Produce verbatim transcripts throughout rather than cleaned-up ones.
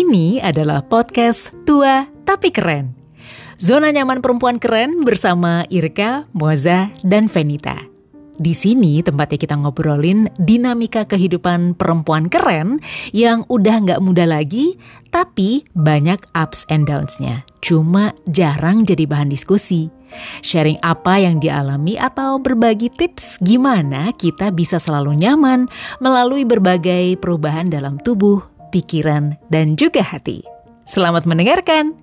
Ini adalah podcast Tua Tapi Keren. Zona nyaman perempuan keren bersama Irka, Moza, dan Venita. Di sini tempatnya kita ngobrolin dinamika kehidupan perempuan keren yang udah gak muda lagi, tapi banyak ups and downs-nya. Cuma jarang jadi bahan diskusi. Sharing apa yang dialami atau berbagi tips gimana kita bisa selalu nyaman melalui berbagai perubahan dalam tubuh, pikiran, dan juga hati. Selamat mendengarkan!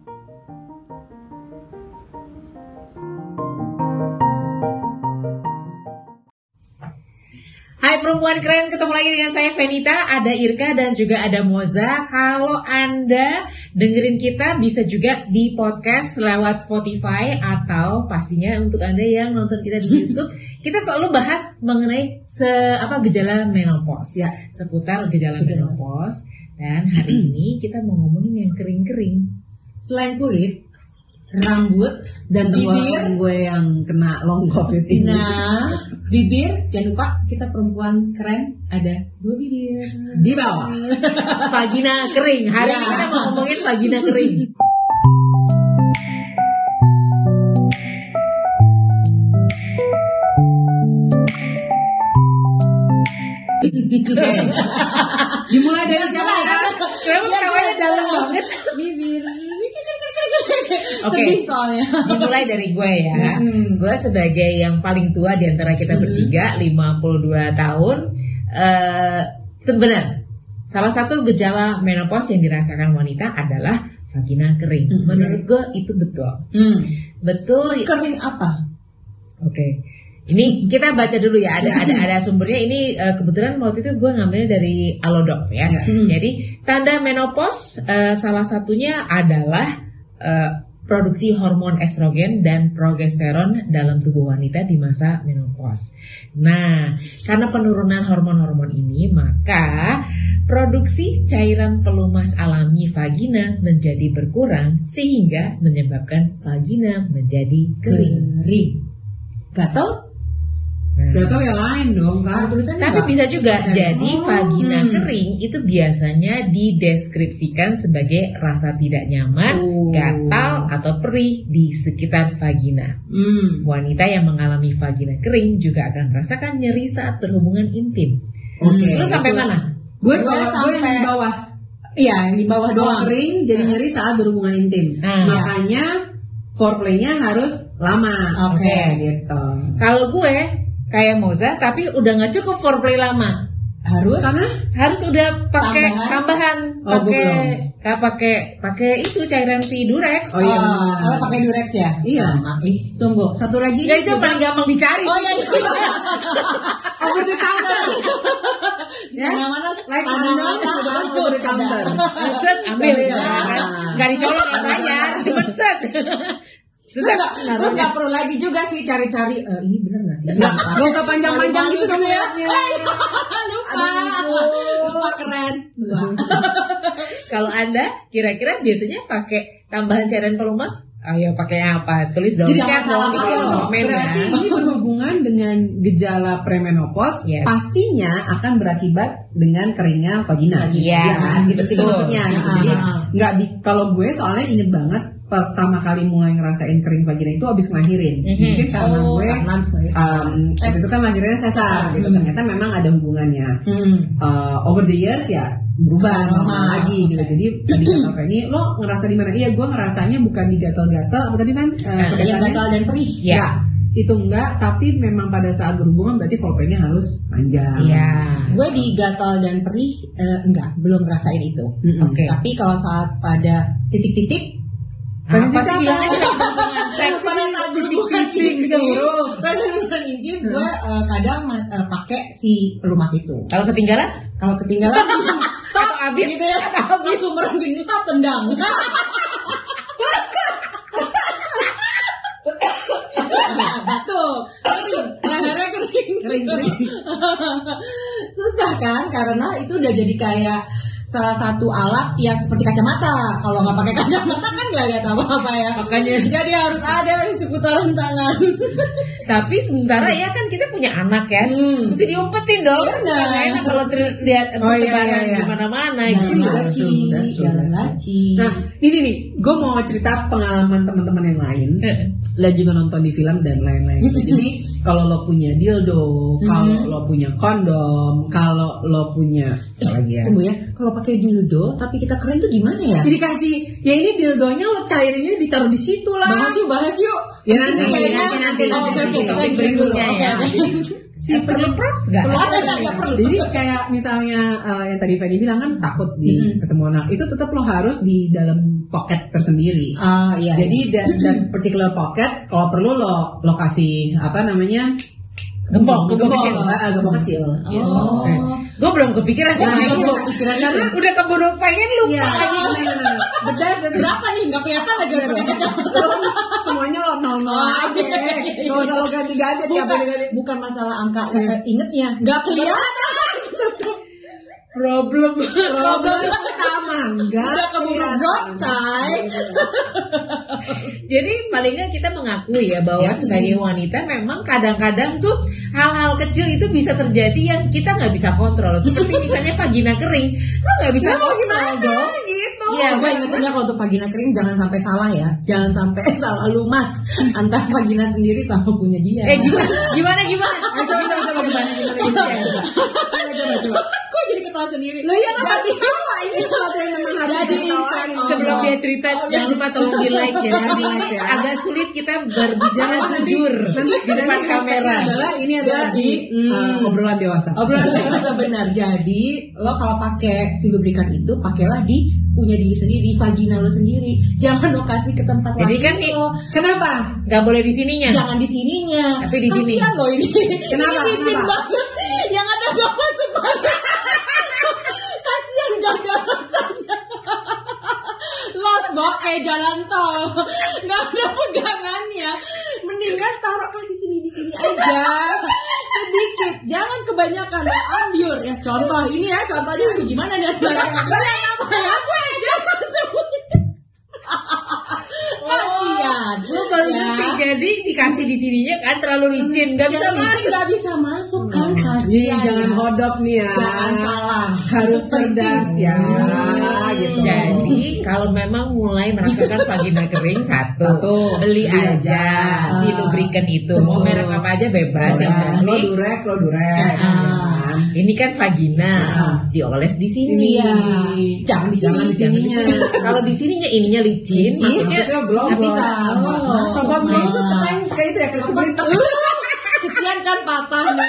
Hai perempuan keren, ketemu lagi dengan saya Venita, ada Irka dan juga ada Moza. Kalau Anda dengerin kita bisa juga di podcast lewat Spotify atau pastinya untuk Anda yang nonton kita di YouTube, kita selalu bahas mengenai se apa gejala menopause, ya. Seputar gejala menopause. Dan hari ini kita mau ngomongin yang kering-kering. Selain kulit, rambut dan bibir, gue yang kena long covid ini. Nah, bibir, jangan lupa kita perempuan keren ada dua bibir di bawah. Vagina kering. Hari ya. Ini kita mau ngomongin vagina kering. Dimulai dari siapa ya? Kenapa kawanya dalam banget? Bibir. Oke, okay. Soalnya dimulai dari gue ya. Hmm. Gue sebagai yang paling tua di antara kita hmm. bertiga, lima puluh dua tahun. Uh, itu benar. Salah satu gejala menopause yang dirasakan wanita adalah vagina kering. Hmm. Menurut gue itu betul. Hmm. Betul. Kering apa? Oke. Okay. Ini kita baca dulu ya, ada ada ada sumbernya. Ini uh, kebetulan waktu itu gue ngambilnya dari Alodoc ya. Hmm. Jadi tanda menopause uh, salah satunya adalah uh, produksi hormon estrogen dan progesteron dalam tubuh wanita di masa menopause. Nah, karena penurunan hormon-hormon ini, maka produksi cairan pelumas alami vagina menjadi berkurang sehingga menyebabkan vagina menjadi kering. Kering. Gatal? Nah. Gatal yang lain dong kan. Tapi bisa juga jadi oh. vagina kering itu biasanya dideskripsikan sebagai rasa tidak nyaman, oh. gatal atau perih di sekitar vagina. Hmm. Wanita yang mengalami vagina kering juga akan merasakan nyeri saat berhubungan intim. Oke. Okay. Lu sampai mana? Gue sampai yang di bawah. Iya, yang di bawah doang. Kering jadi nyeri saat berhubungan intim. Hmm. Makanya foreplaynya harus lama. Oke, okay. Gitu. Kalau gue kayak Moza, tapi udah nggak cukup foreplay lama. Harus? Karena harus udah pakai tambahan, pakai nggak pakai pakai itu cairan si Durex. Oh iya. Oh, pakai Durex ya? Iya. Ih, tunggu. Satu lagi. Ya itu paling gampang dicari. Oh iya. Over the counter. Ya. Mana-mana like mana-mana over the counter. Set ambil ya. Nggak dicolok nggak bayar, cuma set. Terus gak, terus gak perlu lagi juga sih cari-cari uh, ini bener gak sih? Gak, gak usah panjang-panjang gitu dong ya. Lupa, lupa keren. Kalau Anda kira-kira biasanya pakai tambahan cairan pelumas? Ayo pakai apa? Tulis dong. Jangan salah pakai. Berarti ini berhubungan dengan gejala premenopause, yes. Pastinya akan berakibat dengan keringnya vagina. Iya, ya, gitu itu maksudnya. Gitu. Jadi nggak kalau gue soalnya inget banget pertama kali mulai ngerasain kering vagina itu abis ngelahirin. Mm-hmm. Mungkin karena oh, gue um, eh. itu kan lahirnya sesar gitu. Mm-hmm. Ternyata memang ada hubungannya. Mm-hmm. Uh, over the years ya berubah normal lagi gitu. Jadi tadi kata Feni, lo ngerasa di mana? Iya, gue ngerasanya bukan di gatal-gatal. Apa tadi kan? Uh, yang gatal dan perih. Ya. Ya. Itu enggak, tapi memang pada saat berhubungan berarti foreplaynya harus panjang. Iya. Gue di gatal dan perih uh, enggak, belum ngerasain itu. Mm-hmm. Oke. Okay. Tapi kalau saat pada titik-titik apa sih bilangnya hubungan seks pada saat berhubungan intim, pada hubungan intim gue uh, kadang uh, pakai si pelumas itu. Kalau ketinggalan, kalau ketinggalan stop habis gitu ya, langsung merengking stop tendang. Nah, tuh lehernya kering, kering, kering. Susah kan, karena itu udah jadi kayak salah satu alat yang seperti kacamata. Kalau nggak pakai kacamata kan nggak lihat apa-apa ya. Makanya jadi harus ada di seputaran tangan. Tapi sementara ya kan kita punya punya anak kan, Hmm. mesti diumpetin dong. Iya, Nggak nah. enak kalau ter- lihat Oh, iya, tebaran iya, iya. di mana-mana Jalan gitu. laci, That's true, jalan that's true. laci. Nah, ini nih, gue mau cerita pengalaman teman-teman yang lain. Lo juga nonton di film dan lain-lain. Jadi kalau lo punya dildo, kalau lo punya kondom, kalau lo punya apa lagi ya? Tunggu ya, kalau pakai dildo tapi kita keren tuh gimana ya? Jadi kasih, ya ini dildonya lo cairinnya ditaruh di situ lah. Bahas yuk, bahas yuk. Ya nanti, Nanti, nanti, nanti, nanti, Oh, nanti, oke, nanti, oke, topik kita berikutnya dulu. ya. Oke, oke. Si perlu props gak? Perlu apa? Nggak perlu. Jadi kayak misalnya uh, yang tadi Fanny bilang kan takut nih Mm-hmm. ketemu anak, itu tetap lo harus di dalam pocket tersendiri. Ah, iya. Jadi dan, dan particular pocket kalau perlu lo lo kasih apa namanya Gembok, gembok gembok kecil. ah, gembok kecil. gitu. Oh. Eh. Gue belum kepikiran sih. Nah, Kayaknya. itu pikiran Karena udah keburu pengen lupa Iya. lagi. Bedas bedas. Berapa nih? Nggak kelihatan lagi harus pakai kacamata. Semuanya lo nol nol aja. Gak usah lo ganti-ganti tiap Bukan, ganti. bukan masalah angka eh, ingetnya, nggak kelihatan. Problem. Problem utama enggak. Udah keburu drop, say. Jadi paling nggak kita mengakui ya bahwa Ya. sebagai wanita memang kadang-kadang tuh hal-hal kecil itu bisa terjadi yang kita nggak bisa kontrol. Seperti misalnya vagina kering, lo nggak bisa Lo mau kontrol gimana dong. gitu. Iya, gue ingetinnya kalau untuk vagina kering jangan sampai salah ya, jangan sampai salah lumas antara vagina sendiri sama punya dia. Eh gimana gimana gimana? Ayo, coba coba coba gimana gimana gimana. Coba coba. Kok jadi ketawa sendiri? Lo ya kan masih tahu ini sesuatu yang memang harus Jadi diketawain. insan- Sebelum dia cerita, jangan lupa tolong di like ya, di like ya. Agak sulit kita berbicara jujur Nanti di depan kamera. adalah ini adalah Jadi, di uh, obrolan dewasa. Obrolan kita benar. Jadi lo kalau pakai si lubrikan itu pakailah di punya diri sendiri, di vagina lo sendiri. Jangan lo kasih ke tempat Jadi lain kan nih, lo. Kenapa? nggak boleh di sininya. Jangan di sininya. Tapi di sini. Kasian lo ini. Kenapa? Ini licin Kenapa? banget. Yang ada gak masuk masuk. Kasian gak ada rasanya. Los bok eh jalan tol. Gak ada pegangannya. Mendingan taruh kasih sini di sini aja. Sedikit, jangan kebanyakan. Ambiur ya. Contoh ini ya, contohnya gimana nih? Kalian apa ya? Jangan semuanya. Kasian. Lu baru Ya. ngerti, jadi dikasih di sininya kan terlalu licin, nggak bisa Yang licin masuk. nggak bisa masuk kan, Nih kasian. jangan ya. hodop nih ya. Jangan salah. Harus Itu penting. cerdas ya. Hmm. Gitu. Jadi kalau memang mulai merasakan vagina kering, satu, Satu, beli beli aja aja. si lubrikan itu. Mau Betul. merek apa aja bebas. Yang Nah, lo penting durex, lo durex. Ah. ini kan vagina, Ah. dioles di sini. Iya. Jangan di Jangan di sini. sininya. Kalau di sininya ininya licin, Licin, maksudnya maksudnya belum, nggak belum. bisa. Oh. Sobat Masuk, belum tuh Mas. kayak kayak itu ya kayak kebeli. Kesian kan patahnya.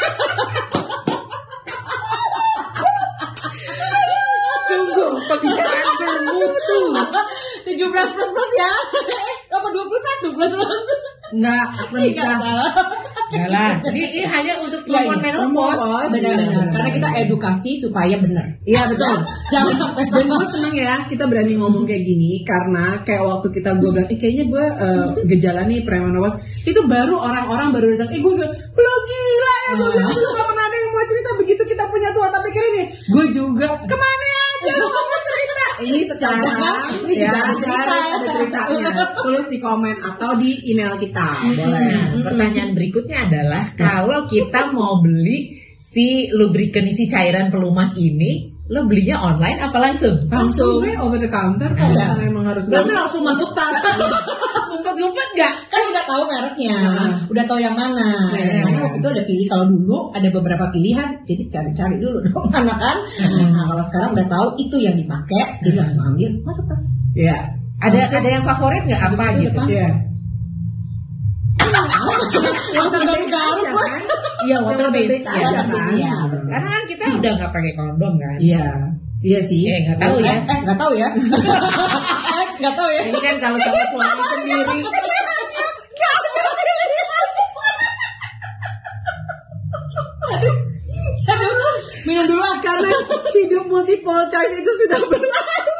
Sungguh pembicaraan bermutu. tujuh belas plus plus ya. Apa dua puluh satu plus plus? Enggak Enggak menikah. salah. Enggak lah. Ini, ini hanya untuk perempuan iya. menopause. Menopause. Benar-benar. Karena kita edukasi supaya benar. Iya betul. Jangan sampai Dan salah. gue seneng ya kita berani ngomong kayak gini karena kayak waktu kita gue bilang, eh kayaknya gue uh, gejala nih premenopause itu baru orang-orang baru datang, eh gue bilang, lo gila ya, gue bilang lu gak pernah ada yang mau cerita begitu kita punya tua tapi kira nih, gue juga kemana aja lo mau cerita, ini sekarang, Ini ya juga ada cerita. harus ada ceritanya, tulis di komen atau di email kita, boleh. Nah, pertanyaan berikutnya adalah kalau kita mau beli si lubrikan isi cairan pelumas ini, lo belinya online apa langsung? Langsung gue over the counter kalau Ada. misalnya emang harus Berarti langsung masuk tas. Ngumpet-ngumpet nggak? Kan udah tahu mereknya, Nah. udah tahu yang mana. Nah. Karena waktu itu ada pilih, kalau dulu ada beberapa pilihan, jadi cari-cari dulu dong, mana kan. Nah kalau sekarang udah tahu itu yang dipakai, jadi langsung ambil, masuk tas. Iya. Ada ada yang favorit nggak apa Habis itu gitu? depan. Iya. Langsung garuk-garuk Ya gue. kan? Iya, water based. Water-based Iya, aja kan? kan? Iya. Karena kan kita udah nggak pakai kondom kan? Iya. Iya sih. Eh nggak tahu ya. Eh, eh nggak tahu ya. Eh, nggak tahu ya. Ini kan kalau sama suami sendiri. Aduh, minum dulu ah. Karena hidup multiple choice itu sudah berlalu.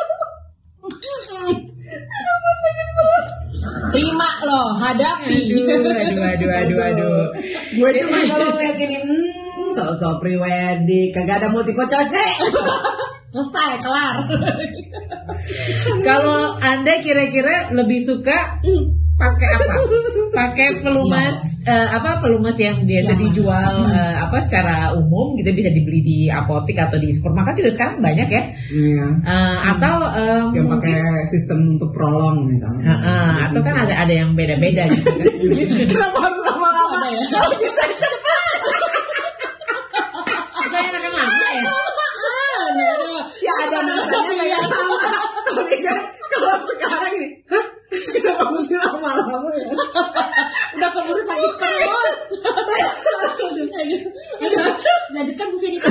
Terima loh, hadapi. Aduh, aduh, aduh, aduh, aduh. Gue cuma kalau lihat gini, hmm, sosok pre-wedding, kagak ada multiple choice deh. Selesai, kelar. Kalau Anda kira-kira lebih suka pakai apa? Pakai pelumas uh, apa pelumas yang biasa Yang dijual uh, apa secara umum gitu, bisa dibeli di apotek atau di supermarket juga sekarang banyak ya. Iya. Uh, atau um, Yang pakai sistem untuk prolong misalnya. uh, uh, atau kan ada ada yang beda-beda gitu kan. Kenapa harus lama-lama? Apa ya? Kalau bisa cepat. Bayar akan lama ya. Ya ada masanya kayak sama. Tapi kan kalau sekarang ini, hah? Kenapa mesti lama-lama ya? Udah keburu sakit perut. Lanjutkan Bu Fenita.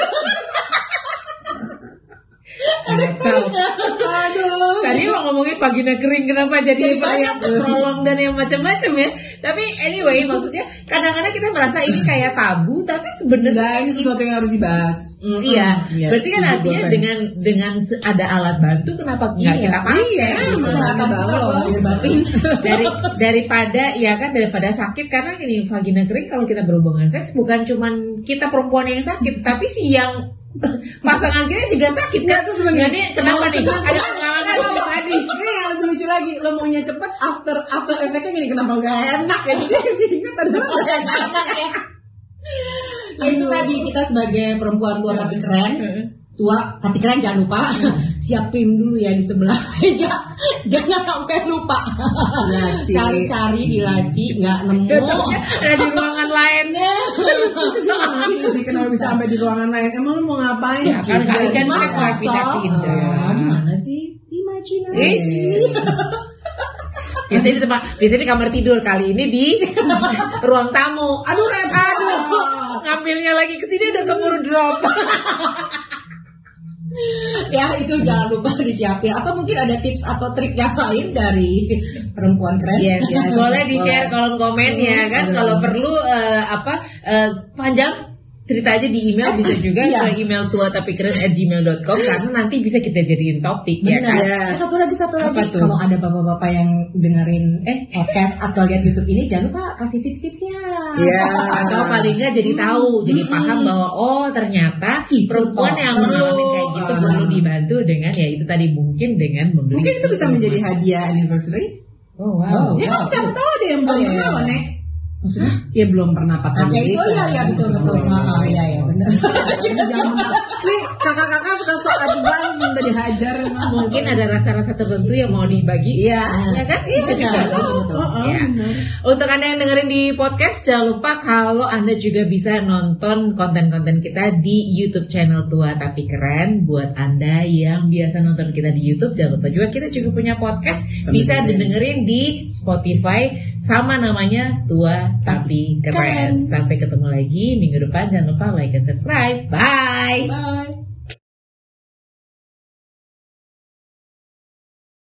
Kacau. Aduh. Tadi mau ngomongin vagina kering, kenapa jadi banyak prolong dan yang macam-macam ya. Tapi anyway, maksudnya kadang-kadang kita merasa ini kayak tabu, tapi sebenarnya Nah, ini sesuatu yang harus dibahas. Mm, iya, Iya, berarti kan setuju artinya gue, dengan dengan se- ada alat bantu, kenapa nggak Iya, kita pakai? iya. Kesehatan kita loh, lahir batin. Dari daripada ya kan daripada sakit, karena ini vagina kering kalau kita berhubungan seks bukan cuman kita perempuan yang sakit, tapi si yang pasangan kita juga sakit kan? Itu sebenarnya. Jadi kenapa nih? Maksudnya- Ada pengalaman Kenapa? tadi. Ini yang lebih lucu lagi, lo maunya cepet, after after efeknya gini, kenapa gak enak ya? Jadi yang diingat adalah gak enak ya. Ya itu tadi, kita sebagai perempuan tua tapi keren, tua tapi keren, jangan lupa siapin dulu ya di sebelah meja, jangan sampai lupa. Laci. Cari-cari di laci nggak nemu. Ada di ruangan lainnya. Itu sih kenapa bisa sampai di ruangan lain. Emang lo mau ngapain? Ya kan kali kan Masa? pakai private pindah. Ah, gimana sih? Imajinasi. Is. Biasanya di tempat, biasanya di kamar tidur, kali ini di ruang tamu. Aduh rep, aduh. Ngambilnya lagi ke sini udah keburu drop. Ya itu jangan lupa disiapin. Atau mungkin ada tips atau trik yang lain dari perempuan keren. Yes, yes. Boleh di-share kolom komen ya kan. Kalau perlu uh, apa uh, panjang cerita aja di email, bisa juga Iya. ke email tua tapi keren at gmail dot com, karena nanti bisa kita jadiin topik ya Benar. kan. Yes. Satu lagi, satu Apa lagi. tuh? Kalau ada bapak-bapak yang dengerin eh podcast atau lihat YouTube ini, jangan lupa kasih tips-tipsnya. Iya. Atau paling nggak jadi tahu, jadi paham bahwa oh ternyata Itu perempuan toh. yang mengalami kayak gitu Ah. perlu dibantu dengan ya itu tadi, mungkin dengan membeli. Mungkin itu bisa menjadi hadiah anniversary. Oh wow. Ya kan siapa tahu ada yang belum Oh, iya, pernah iya. loh, Nek. Maksudnya? Ya belum pernah pakai. Oke, itu iya iya betul betul. Ah, iya iya benar. Nih kakak-kakak suka sok advance minta dihajar. Mungkin ada rasa-rasa tertentu yang mau dibagi. Iya. Ya kan? Bisa Iya, juga. betul, betul. Ya. Untuk Anda yang dengerin di podcast, jangan lupa kalau Anda juga bisa nonton konten-konten kita di YouTube channel Tua Tapi Keren. Buat Anda yang biasa nonton kita di YouTube, jangan lupa juga kita juga punya podcast, bisa didengerin di Spotify, sama namanya Tua Tapi Keren. Keren. Sampai ketemu lagi minggu depan, jangan lupa like dan subscribe. Bye. Bye.